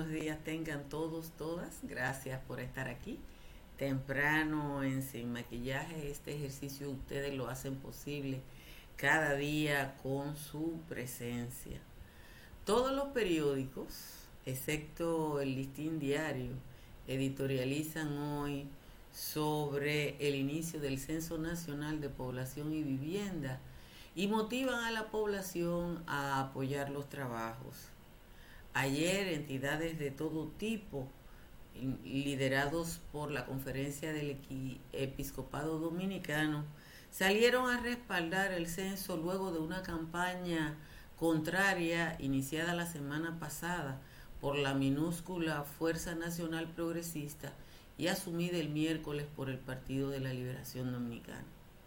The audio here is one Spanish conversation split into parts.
buenos días tengan todos, todas. Gracias por estar aquí. Temprano en Sin Maquillaje, este ejercicio ustedes lo hacen posible cada día con su presencia. Todos los periódicos, excepto el Listín Diario, editorializan hoy sobre el inicio del Censo Nacional de Población y Vivienda y motivan a la población a apoyar los trabajos. Ayer entidades de todo tipo, liderados por la Conferencia del Episcopado Dominicano, salieron a respaldar el censo luego de una campaña contraria iniciada la semana pasada por la minúscula Fuerza Nacional Progresista y asumida el miércoles por el Partido de la Liberación Dominicana.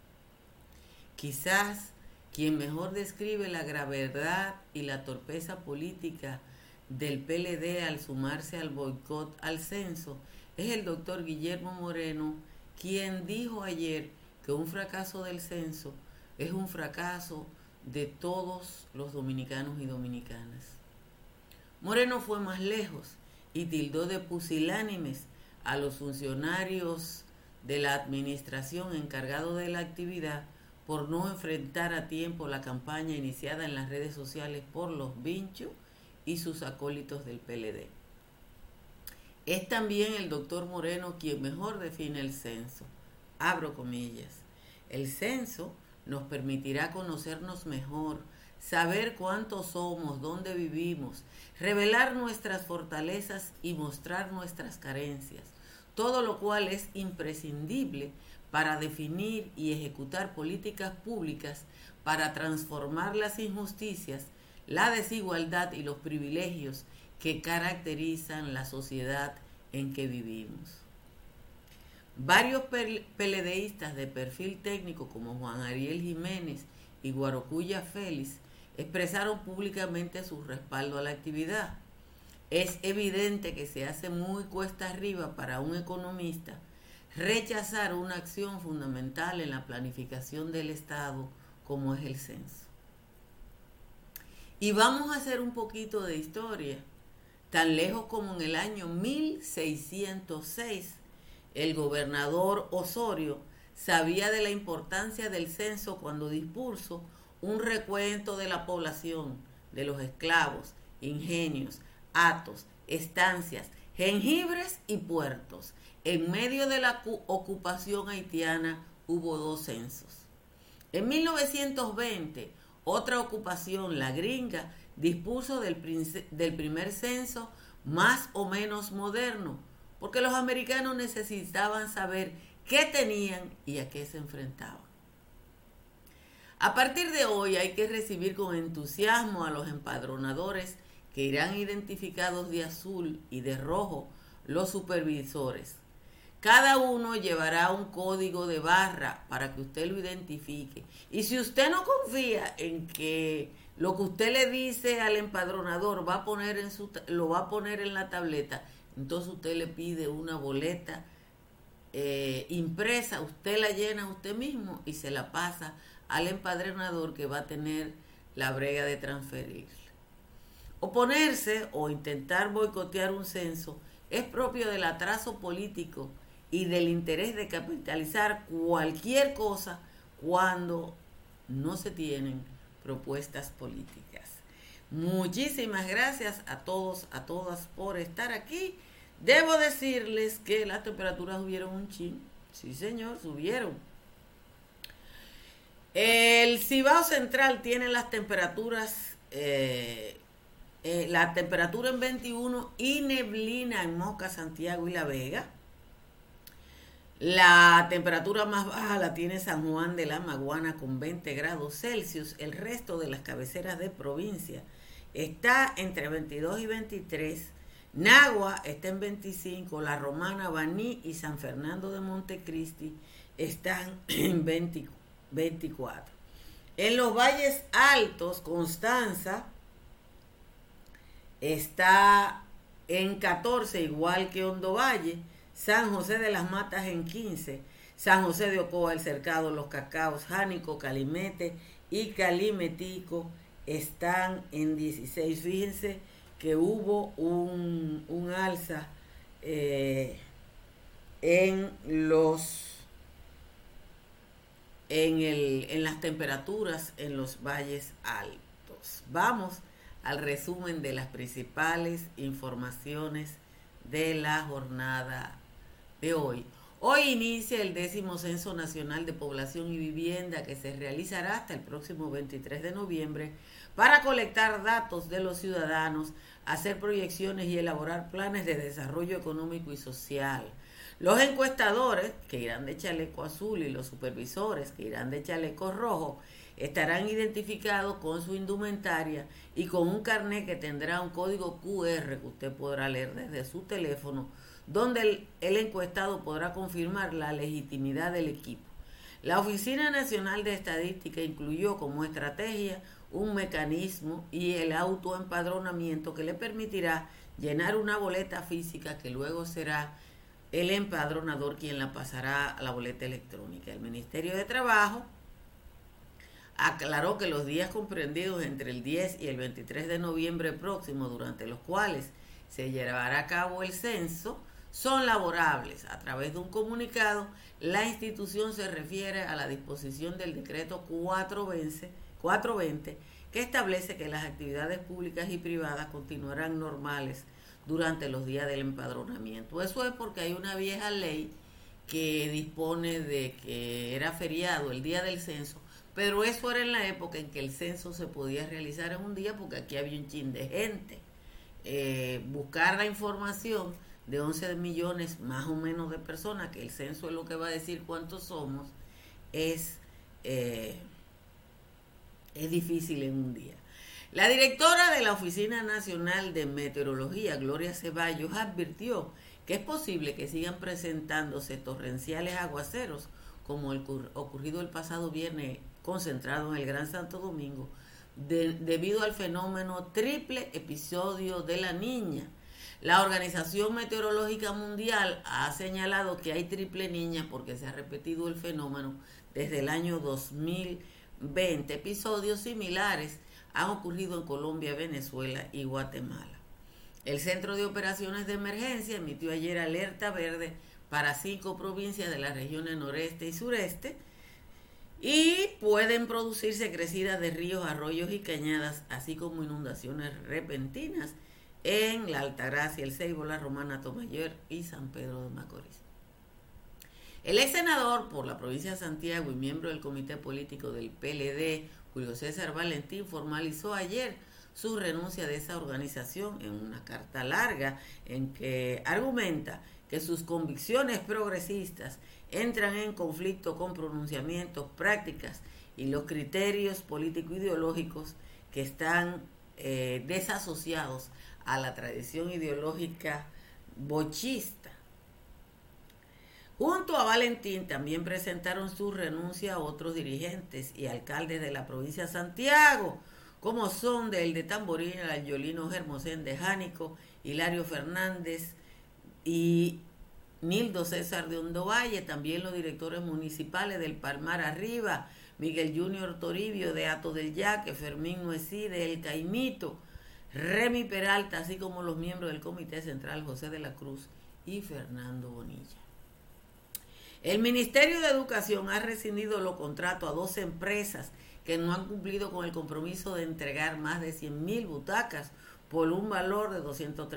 Quizás quien mejor describe la gravedad y la torpeza política del PLD al sumarse al boicot al censo es el doctor Guillermo Moreno, quien dijo ayer que un fracaso del censo es un fracaso de todos los dominicanos y dominicanas. Moreno fue más lejos y tildó de pusilánimes a los funcionarios de la administración encargados de la actividad por no enfrentar a tiempo la campaña iniciada en las redes sociales por los Vinchos y sus acólitos del PLD. Es también el doctor Moreno quien mejor define el censo. Abro comillas. El censo nos permitirá conocernos mejor, saber cuántos somos, dónde vivimos, revelar nuestras fortalezas y mostrar nuestras carencias, todo lo cual es imprescindible para definir y ejecutar políticas públicas para transformar las injusticias, la desigualdad y los privilegios que caracterizan la sociedad en que vivimos. Varios PLDistas de perfil técnico como Juan Ariel Jiménez y Guarocuya Félix expresaron públicamente su respaldo a la actividad. Es evidente que se hace muy cuesta arriba para un economista rechazar una acción fundamental en la planificación del Estado como es el censo. Y vamos a hacer un poquito de historia. Tan lejos como en el año 1606, el gobernador Osorio sabía de la importancia del censo cuando dispuso un recuento de la población, de los esclavos, ingenios, hatos, estancias, jengibres y puertos. En medio de la ocupación haitiana hubo dos censos. En 1920, otra ocupación, la gringa, dispuso del primer censo más o menos moderno, porque los americanos necesitaban saber qué tenían y a qué se enfrentaban. A partir de hoy hay que recibir con entusiasmo a los empadronadores que irán identificados de azul y de rojo, los supervisores. Cada uno llevará un código de barra para que usted lo identifique. Y si usted no confía en que lo que usted le dice al empadronador lo va a poner en la tableta, entonces usted le pide una boleta impresa, usted la llena usted mismo y se la pasa al empadronador que va a tener la brega de transferir. Oponerse o intentar boicotear un censo es propio del atraso político y del interés de capitalizar cualquier cosa cuando no se tienen propuestas políticas. Muchísimas gracias a todos, a todas por estar aquí. Debo decirles que las temperaturas subieron un chin. Sí, señor, subieron. El Cibao Central tiene las temperaturas, la temperatura en 21 y neblina en Moca, Santiago y La Vega. La temperatura más baja la tiene San Juan de la Maguana con 20 grados Celsius. El resto de las cabeceras de provincia está entre 22 y 23. Nagua está en 25. La Romana, Baní y San Fernando de Montecristi están en 24. En los valles altos, Constanza está en 14, igual que Hondo Valle. San José de las Matas en 15, San José de Ocoa, El Cercado, Los Cacaos, Jánico, Calimete y Calimetico están en 16. Fíjense que hubo un alza en las temperaturas en los valles altos. Vamos al resumen de las principales informaciones de la jornada de hoy. Hoy inicia el 10º Censo Nacional de Población y Vivienda, que se realizará hasta el próximo 23 de noviembre para colectar datos de los ciudadanos, hacer proyecciones y elaborar planes de desarrollo económico y social. Los encuestadores, que irán de chaleco azul, y los supervisores, que irán de chaleco rojo, estarán identificados con su indumentaria y con un carnet que tendrá un código QR que usted podrá leer desde su teléfono, donde el encuestado podrá confirmar la legitimidad del equipo. La Oficina Nacional de Estadística incluyó como estrategia un mecanismo y el autoempadronamiento que le permitirá llenar una boleta física que luego será el empadronador quien la pasará a la boleta electrónica. El Ministerio de Trabajo aclaró que los días comprendidos entre el 10 y el 23 de noviembre próximo, durante los cuales se llevará a cabo el censo, son laborables. A través de un comunicado, la institución se refiere a la disposición del decreto 420 que establece que las actividades públicas y privadas continuarán normales durante los días del empadronamiento. Eso es porque hay una vieja ley que dispone de que era feriado el día del censo, pero eso era en la época en que el censo se podía realizar en un día, porque aquí había un chin de gente. Buscar la información de 11 millones más o menos de personas, que el censo es lo que va a decir cuántos somos, es difícil en un día. La directora de la Oficina Nacional de Meteorología, Gloria Ceballos, advirtió que es posible que sigan presentándose torrenciales aguaceros como el ocurrido el pasado viernes, concentrado en el Gran Santo Domingo, debido al fenómeno triple episodio de la Niña. La Organización Meteorológica Mundial ha señalado que hay triple niña porque se ha repetido el fenómeno desde el año 2020. Episodios similares han ocurrido en Colombia, Venezuela y Guatemala. El Centro de Operaciones de Emergencia emitió ayer alerta verde para 5 provincias de las regiones noreste y sureste, y pueden producirse crecidas de ríos, arroyos y cañadas, así como inundaciones repentinas en La Altagracia, El Ceibo, La Romana, Tomayor y San Pedro de Macorís. El ex senador por la provincia de Santiago y miembro del comité político del PLD, Julio César Valentín, formalizó ayer su renuncia de esa organización en una carta larga en que argumenta que sus convicciones progresistas entran en conflicto con pronunciamientos, prácticas y los criterios político-ideológicos que están desasociados a la tradición ideológica bochista. Junto a Valentín también presentaron su renuncia a otros dirigentes y alcaldes de la provincia de Santiago, como son del de Tamboril, Ayolino Hermosén de Jánico, Hilario Fernández y Nildo César de Hondovalle, también los directores municipales del Palmar Arriba, Miguel Junior Toribio de Hato del Yaque, Fermín Nuecí de El Caimito, Remy Peralta, así como los miembros del Comité Central José de la Cruz y Fernando Bonilla. El Ministerio de Educación ha rescindido los contratos a 12 empresas que no han cumplido con el compromiso de entregar más de 100.000 butacas por un valor de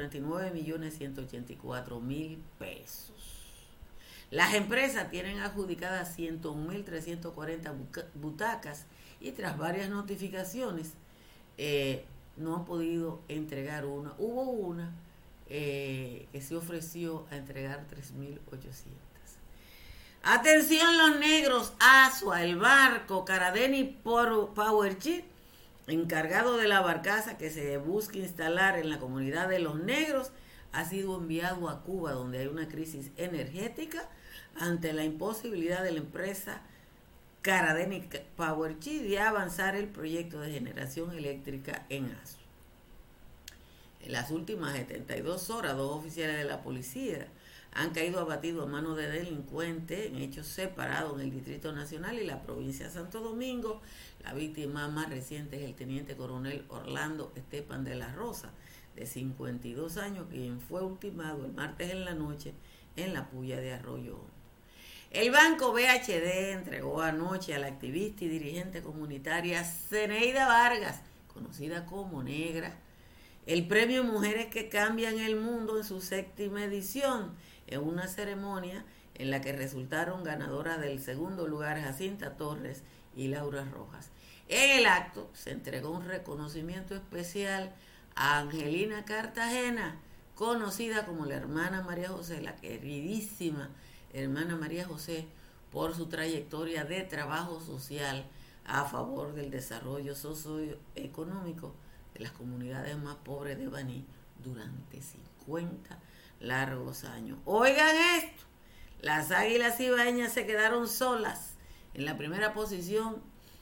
239.184.000 pesos. Las empresas tienen adjudicadas 101.340 butacas y tras varias notificaciones no han podido entregar una. Hubo una que se ofreció a entregar 3.800. Atención los negros, Asua, el barco Caradeni Powership, encargado de la barcaza que se busca instalar en la comunidad de los negros, ha sido enviado a Cuba, donde hay una crisis energética, ante la imposibilidad de la empresa Caradeni Powership de avanzar el proyecto de generación eléctrica en Asua. En las últimas 72 horas, 2 oficiales de la policía han caído abatidos a manos de delincuentes en hechos separados en el Distrito Nacional y la provincia de Santo Domingo. La víctima más reciente es el teniente coronel Orlando Estepan de la Rosa, de 52 años, quien fue ultimado el martes en la noche en la puya de Arroyo Hondo. El Banco BHD entregó anoche a la activista y dirigente comunitaria Zeneida Vargas, conocida como Negra, el premio Mujeres que Cambian el Mundo en su 7ª edición, en una ceremonia en la que resultaron ganadoras del segundo lugar Jacinta Torres y Laura Rojas. En el acto se entregó un reconocimiento especial a Angelina Cartagena, conocida como la hermana María José, la queridísima hermana María José, por su trayectoria de trabajo social a favor del desarrollo socioeconómico de las comunidades más pobres de Baní durante 50 largos años. Oigan esto, las Águilas Ibaeñas se quedaron solas en la primera posición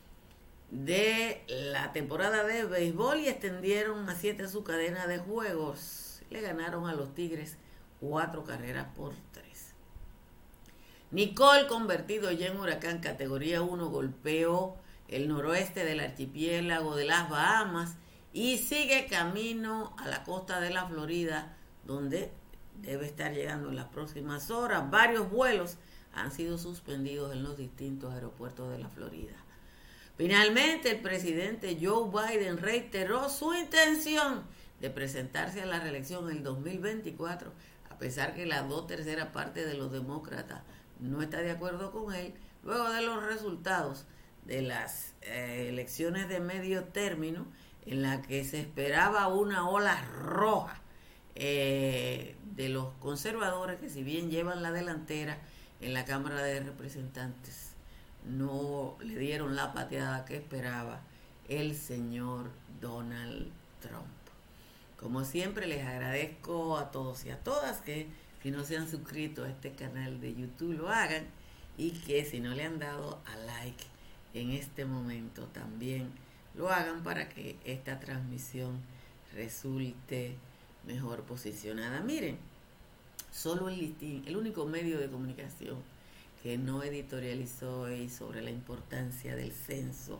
de la temporada de béisbol y extendieron a 7 su cadena de juegos. Le ganaron a los Tigres 4 carreras por 3. Nicole, convertido ya en huracán categoría 1, golpeó el noroeste del archipiélago de las Bahamas y sigue camino a la costa de la Florida, donde debe estar llegando en las próximas horas. Varios vuelos han sido suspendidos en los distintos aeropuertos de la Florida. Finalmente, el presidente Joe Biden reiteró su intención de presentarse a la reelección en el 2024, a pesar que la 2/3 partes de los demócratas no está de acuerdo con él, luego de los resultados de las elecciones de medio término, en la que se esperaba una ola roja de los conservadores, que si bien llevan la delantera en la Cámara de Representantes, no le dieron la pateada que esperaba el señor Donald Trump. Como siempre, les agradezco a todos y a todas que si no se han suscrito a este canal de YouTube lo hagan, y que si no le han dado a like en este momento también lo hagan, para que esta transmisión resulte mejor posicionada. Miren, solo el Listín, el único medio de comunicación que no editorializó hoy sobre la importancia del censo,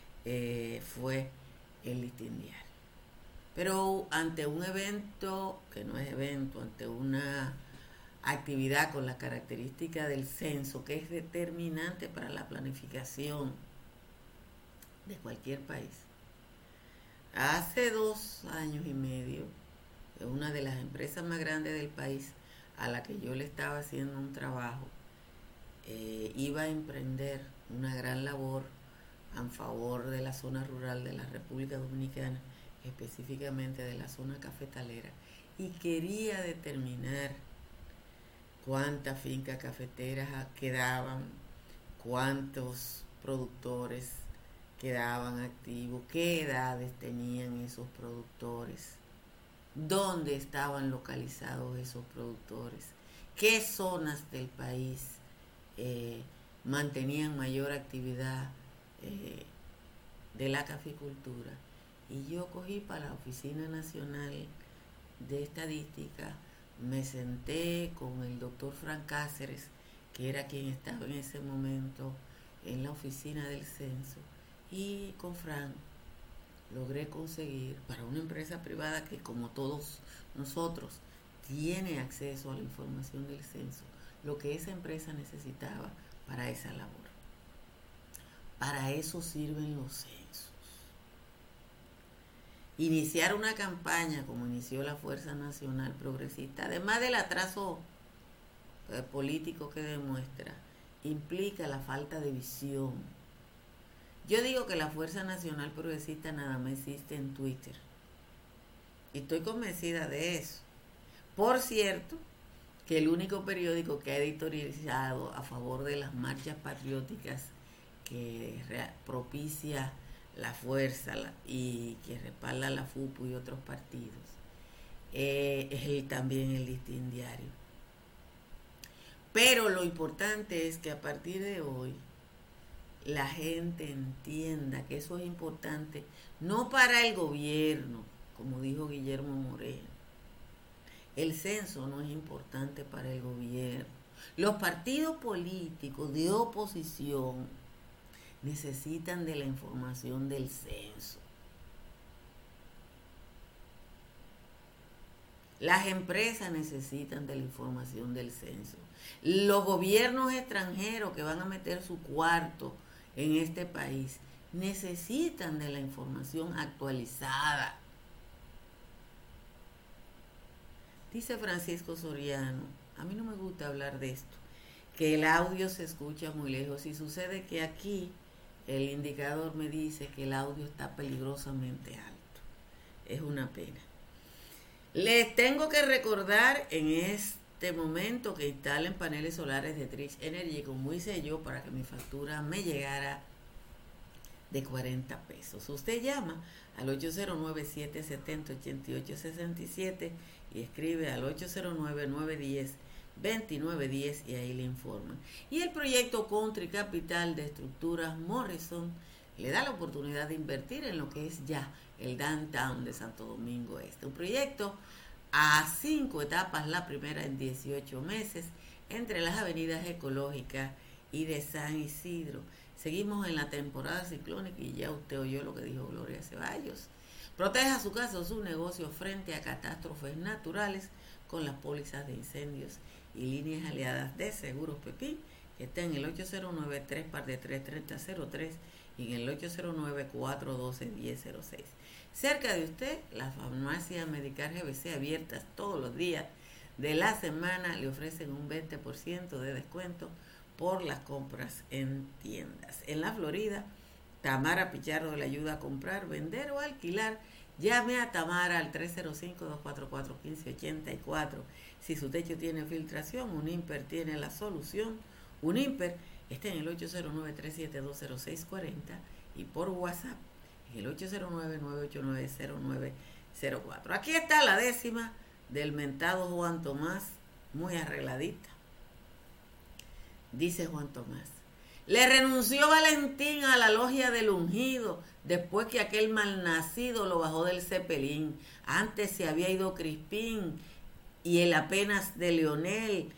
fue el Listín Diario. Pero ante un evento, que no es evento, ante una actividad con la característica del censo, que es determinante para la planificación de cualquier país, hace 2 años y medio, una de las empresas más grandes del país, a la que yo le estaba haciendo un trabajo, iba a emprender una gran labor en favor de la zona rural de la República Dominicana, específicamente de la zona cafetalera, y quería determinar cuántas fincas cafeteras quedaban, cuántos productores quedaban activos, qué edades tenían esos productores, dónde estaban localizados esos productores, qué zonas del país mantenían mayor actividad de la caficultura. Y yo cogí para la Oficina Nacional de Estadística, me senté con el doctor Frank Cáceres, que era quien estaba en ese momento en la oficina del censo, y con Frank logré conseguir para una empresa privada que, como todos nosotros, tiene acceso a la información del censo, lo que esa empresa necesitaba para esa labor. Para eso sirven los censos. Iniciar una campaña como inició la Fuerza Nacional Progresista, además del atraso político que demuestra, implica la falta de visión. Yo digo que la Fuerza Nacional Progresista nada más existe en Twitter, y estoy convencida de eso. Por cierto, que el único periódico que ha editorializado a favor de las marchas patrióticas que propicia la Fuerza y que respalda la FUPU y otros partidos, es también el Listín Diario. Pero lo importante es que a partir de hoy la gente entienda que eso es importante, no para el gobierno, como dijo Guillermo Moreno. El censo no es importante para el gobierno. Los partidos políticos de oposición necesitan de la información del censo. Las empresas necesitan de la información del censo. Los gobiernos extranjeros que van a meter su cuarto en este país necesitan de la información actualizada. Dice Francisco Soriano, a mí no me gusta hablar de esto, que el audio se escucha muy lejos y sucede que aquí el indicador me dice que el audio está peligrosamente alto. Es una pena. Les tengo que recordar en este momento que instalen paneles solares de Trix Energy, como hice yo, para que mi factura me llegara de 40 pesos. Usted llama al 809-770-8867 y escribe al 809-910-2910 y ahí le informan. Y el proyecto Country Capital de Estructuras Morrison le da la oportunidad de invertir en lo que es ya el downtown de Santo Domingo Este. Un proyecto a 5 etapas, la primera en 18 meses, entre las avenidas Ecológicas y de San Isidro. Seguimos en la temporada ciclónica y ya usted oyó lo que dijo Gloria Ceballos. Proteja su casa o su negocio frente a catástrofes naturales con las pólizas de incendios y líneas aliadas de Seguros Pepín, que está en el 809-333-3003 y en el 809-412-1006. Cerca de usted, las farmacias Medicar GBC abiertas todos los días de la semana le ofrecen un 20% de descuento por las compras en tiendas. En la Florida, Tamara Pichardo le ayuda a comprar, vender o alquilar. Llame a Tamara al 305-244-1584. Si su techo tiene filtración, Unimper tiene la solución. Unimper está en el 809-372-0640 y por WhatsApp en el 809-989-0904. Aquí está la décima del mentado Juan Tomás, muy arregladita. Dice Juan Tomás: le renunció Valentín a la logia del ungido después que aquel malnacido lo bajó del cepelín. Antes se había ido Crispín y él apenas de Leonel.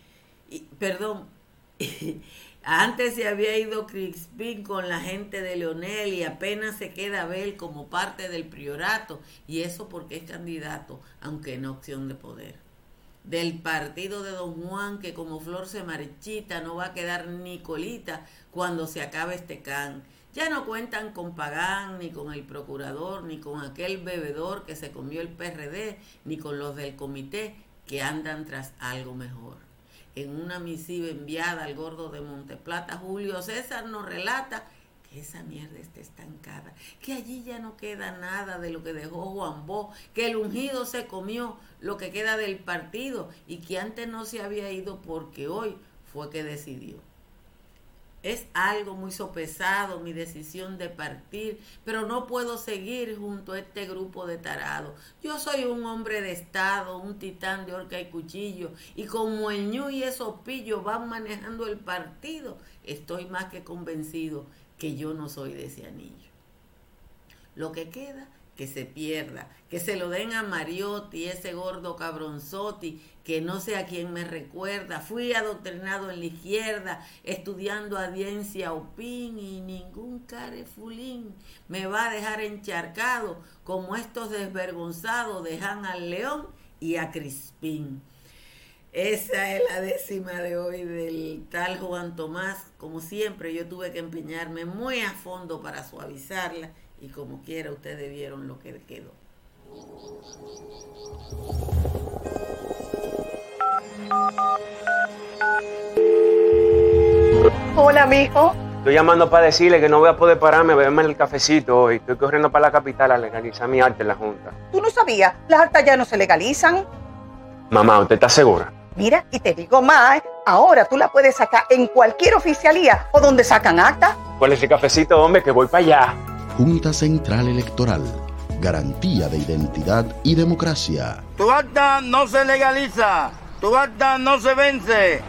Antes se había ido Crispín con la gente de Leonel y apenas se queda Abel como parte del priorato, y eso porque es candidato, aunque en opción de poder. Del partido de Don Juan, que como flor se marchita, no va a quedar ni colita cuando se acabe este can. Ya no cuentan con Pagán, ni con el procurador, ni con aquel bebedor que se comió el PRD, ni con los del comité que andan tras algo mejor. En una misiva enviada al gordo de Monteplata, Julio César nos relata que esa mierda está estancada, que allí ya no queda nada de lo que dejó Juan Bó, que el ungido se comió lo que queda del partido y que antes no se había ido porque hoy fue que decidió. Es algo muy sopesado mi decisión de partir, pero no puedo seguir junto a este grupo de tarados. Yo soy un hombre de Estado, un titán de horca y cuchillo, y como el Ñu y esos pillos van manejando el partido, estoy más que convencido que yo no soy de ese anillo. Lo que queda, que se pierda, que se lo den a Mariotti, ese gordo cabronzotti, que no sé a quién me recuerda. Fui adoctrinado en la izquierda, estudiando audiencia opin, y ningún carefulín me va a dejar encharcado como estos desvergonzados dejan al León y a Crispín. Esa es la décima de hoy del tal Juan Tomás. Como siempre, yo tuve que empeñarme muy a fondo para suavizarla, y como quiera ustedes vieron lo que quedó. Hola, mijo. Estoy llamando para decirle que no voy a poder pararme a beberme el cafecito hoy. Estoy corriendo para la capital a legalizar mi arte en la Junta. ¿Tú no sabías? Las actas ya no se legalizan. Mamá, ¿usted está segura? Mira, y te digo más, ahora tú la puedes sacar en cualquier oficialía o donde sacan actas. ¿Cuál es el cafecito, hombre? Que voy para allá. Junta Central Electoral. Garantía de identidad y democracia. Tu acta no se legaliza. Tu acta no se vence.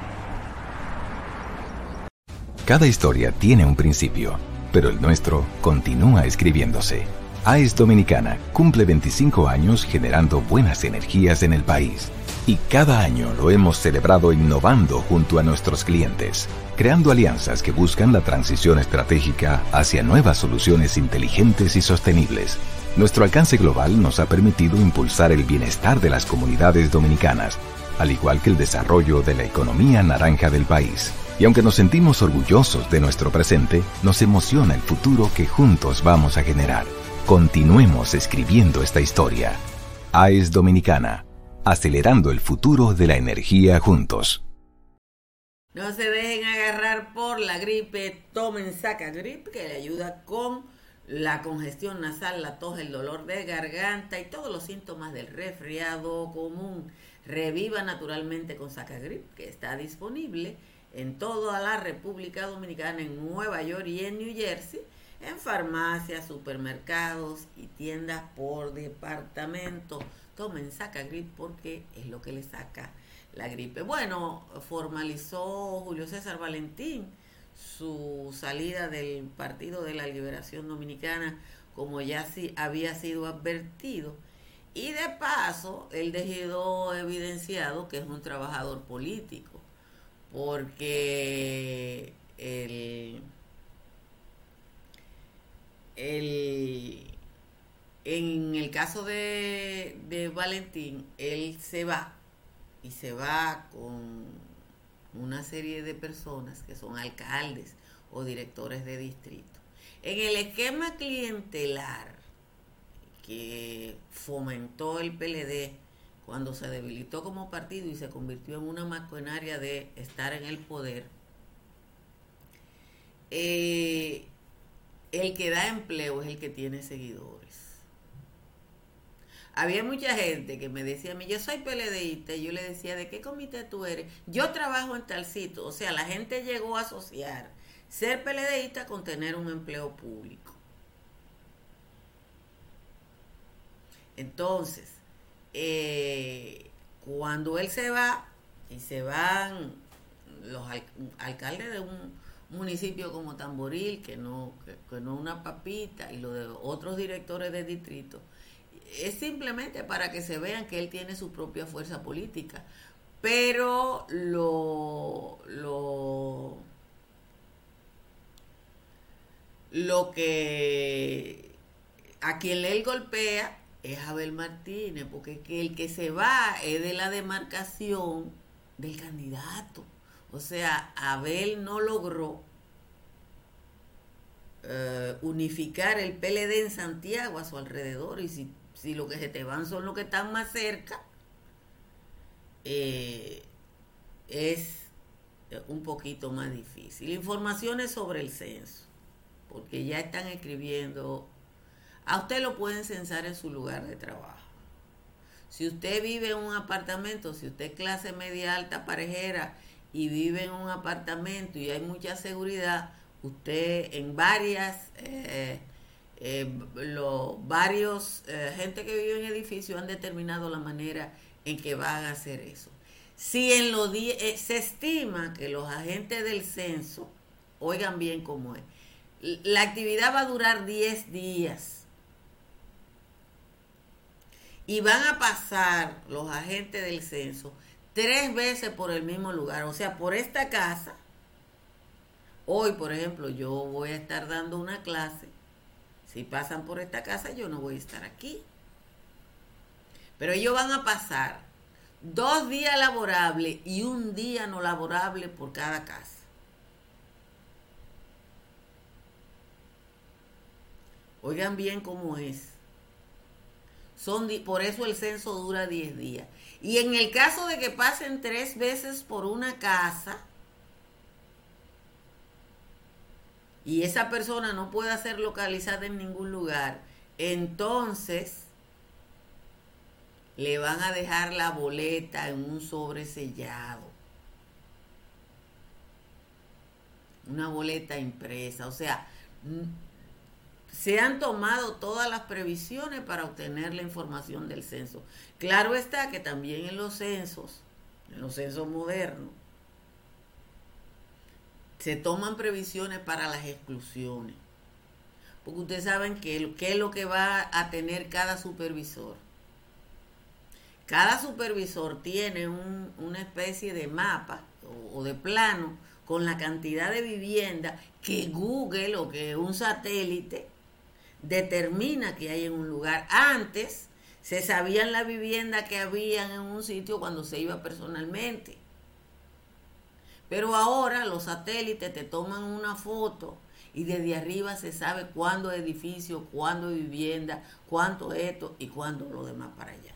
Cada historia tiene un principio, pero el nuestro continúa escribiéndose. AES Dominicana cumple 25 años generando buenas energías en el país. Y cada año lo hemos celebrado innovando junto a nuestros clientes, creando alianzas que buscan la transición estratégica hacia nuevas soluciones inteligentes y sostenibles, Nuestro alcance global nos ha permitido impulsar el bienestar de las comunidades dominicanas, al igual que el desarrollo de la economía naranja del país. Y aunque nos sentimos orgullosos de nuestro presente, nos emociona el futuro que juntos vamos a generar. Continuemos escribiendo esta historia. AES Dominicana, acelerando el futuro de la energía juntos. No se dejen agarrar por la gripe, tomen Sacagrip, que le ayuda con la congestión nasal, la tos, el dolor de garganta y todos los síntomas del resfriado común. Reviva naturalmente con Sacagrip, que está disponible en toda la República Dominicana, en Nueva York y en New Jersey, en farmacias, supermercados y tiendas por departamento. Tomen Sacagrip porque es lo que le saca la gripe. Bueno, formalizó Julio César Valentín su salida del Partido de la Liberación Dominicana, como ya sí había sido advertido, y de paso él dejó evidenciado que es un trabajador político, porque en el caso de Valentín, él se va con una serie de personas que son alcaldes o directores de distrito. En el esquema clientelar que fomentó el PLD cuando se debilitó como partido y se convirtió en una maquinaria de estar en el poder, el que da empleo es el que tiene seguidores. Había mucha gente que me decía a mí, yo soy PLDista, y yo le decía, ¿de qué comité tú eres? Yo trabajo en tal sitio. O sea, la gente llegó a asociar ser PLDista con tener un empleo público. Entonces, cuando él se va, y se van los alcaldes de un municipio como Tamboril, que no una papita, y los de otros directores de distrito, es simplemente para que se vean que él tiene su propia fuerza política. Pero lo que a quien él golpea es Abel Martínez, porque el que se va es de la demarcación del candidato. O sea, Abel no logró unificar el PLD en Santiago a su alrededor, y si lo que se te van son los que están más cerca, es un poquito más difícil. Informaciones sobre el censo, porque ya están escribiendo. A usted lo pueden censar en su lugar de trabajo. Si usted vive en un apartamento, si usted es clase media alta parejera y vive en un apartamento y hay mucha seguridad, usted en varios gente que vive en edificios han determinado la manera en que van a hacer eso. Si en los se estima que los agentes del censo, oigan bien cómo es, la actividad va a durar 10 días y van a pasar los agentes del censo 3 veces por el mismo lugar. O sea, por esta casa. Hoy, por ejemplo, yo voy a estar dando una clase. Si pasan por esta casa, yo no voy a estar aquí. Pero ellos van a pasar 2 días laborables y 1 día no laborable por cada casa. Oigan bien cómo es. Por eso el censo dura 10 días. Y en el caso de que pasen 3 veces por una casa, y esa persona no pueda ser localizada en ningún lugar, entonces le van a dejar la boleta en un sobre sellado, una boleta impresa. O sea, se han tomado todas las previsiones para obtener la información del censo. Claro está que también en los censos modernos, se toman previsiones para las exclusiones. Porque ustedes saben qué es lo que va a tener cada supervisor. Cada supervisor tiene una especie de mapa o de plano con la cantidad de vivienda que Google o que un satélite determina que hay en un lugar. Antes se sabían las viviendas que habían en un sitio cuando se iba personalmente. Pero ahora los satélites te toman una foto y desde arriba se sabe cuándo edificio, cuándo vivienda, cuánto esto y cuándo lo demás para allá.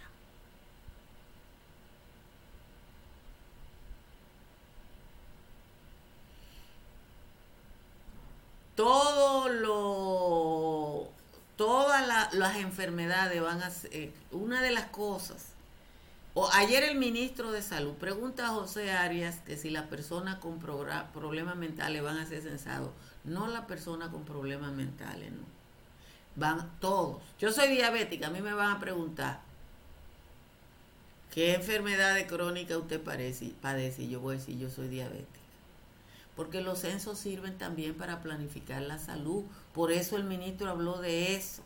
Todas las enfermedades van a ser, una de las cosas. Ayer el ministro de Salud pregunta a José Arias que si las personas con problemas mentales van a ser censados. No las personas con problemas mentales, no. Van todos. Yo soy diabética, a mí me van a preguntar ¿qué enfermedades crónicas usted padece? Y yo voy a decir, yo soy diabética. Porque los censos sirven también para planificar la salud. Por eso el ministro habló de eso.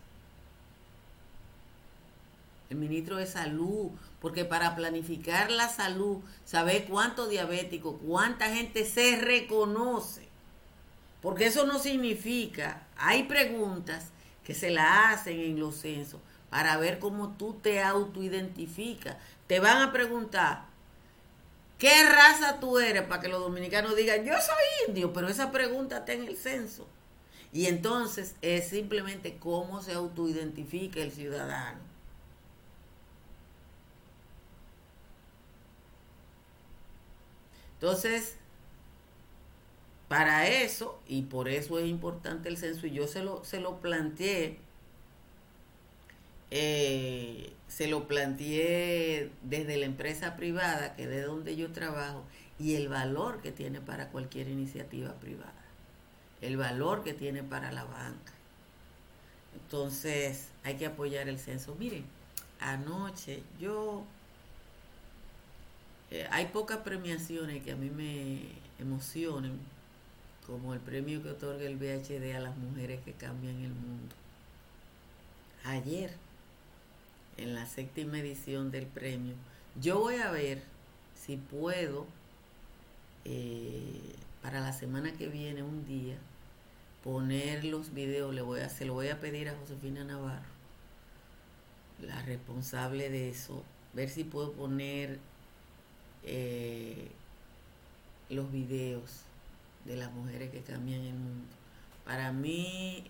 El ministro de Salud, porque para planificar la salud, saber cuántos diabéticos, cuánta gente se reconoce. Porque eso no significa, hay preguntas que se la hacen en los censos para ver cómo tú te autoidentificas. Te van a preguntar, ¿qué raza tú eres? Para que los dominicanos digan, yo soy indio, pero esa pregunta está en el censo. Y entonces es simplemente cómo se autoidentifica el ciudadano. Entonces, para eso, y por eso es importante el censo, y yo se lo planteé, desde la empresa privada, que es de donde yo trabajo, y el valor que tiene para cualquier iniciativa privada, el valor que tiene para la banca. Entonces, hay que apoyar el censo. Miren, anoche hay pocas premiaciones que a mí me emocionen, como el premio que otorga el VHD a las mujeres que cambian el mundo. Ayer, en la 7ª edición del premio, yo voy a ver si puedo, para la semana que viene, un día, poner los videos. Se lo voy a pedir a Josefina Navarro, la responsable de eso, ver si puedo poner los videos de las mujeres que cambian el mundo. Para mí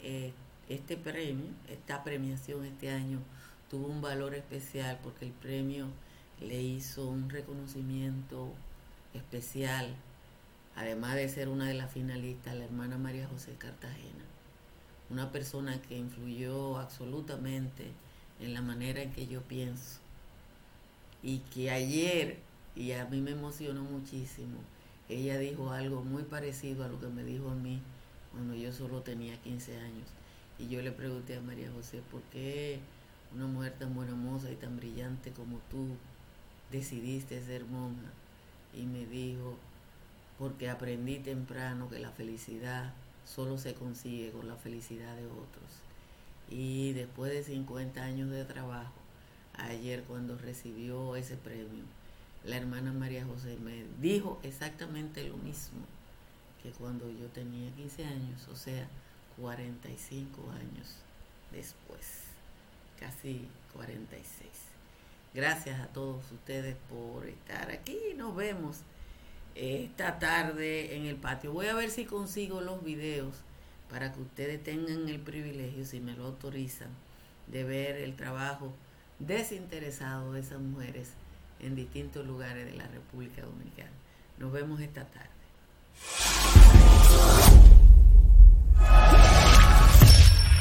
esta premiación este año tuvo un valor especial porque el premio le hizo un reconocimiento especial, además de ser una de las finalistas, la hermana María José Cartagena, una persona que influyó absolutamente en la manera en que yo pienso, y que ayer, y a mí me emocionó muchísimo, ella dijo algo muy parecido a lo que me dijo a mí cuando yo solo tenía 15 años. Y yo le pregunté a María José, ¿por qué una mujer tan buena moza y tan brillante como tú decidiste ser monja? Y me dijo, porque aprendí temprano que la felicidad solo se consigue con la felicidad de otros. Y después de 50 años de trabajo, ayer cuando recibió ese premio, la hermana María José me dijo exactamente lo mismo que cuando yo tenía 15 años, o sea, 45 años después, casi 46. Gracias a todos ustedes por estar aquí. Nos vemos esta tarde en el patio. Voy a ver si consigo los videos para que ustedes tengan el privilegio, si me lo autorizan, de ver el trabajo desinteresado de esas mujeres en distintos lugares de la República Dominicana. Nos vemos esta tarde.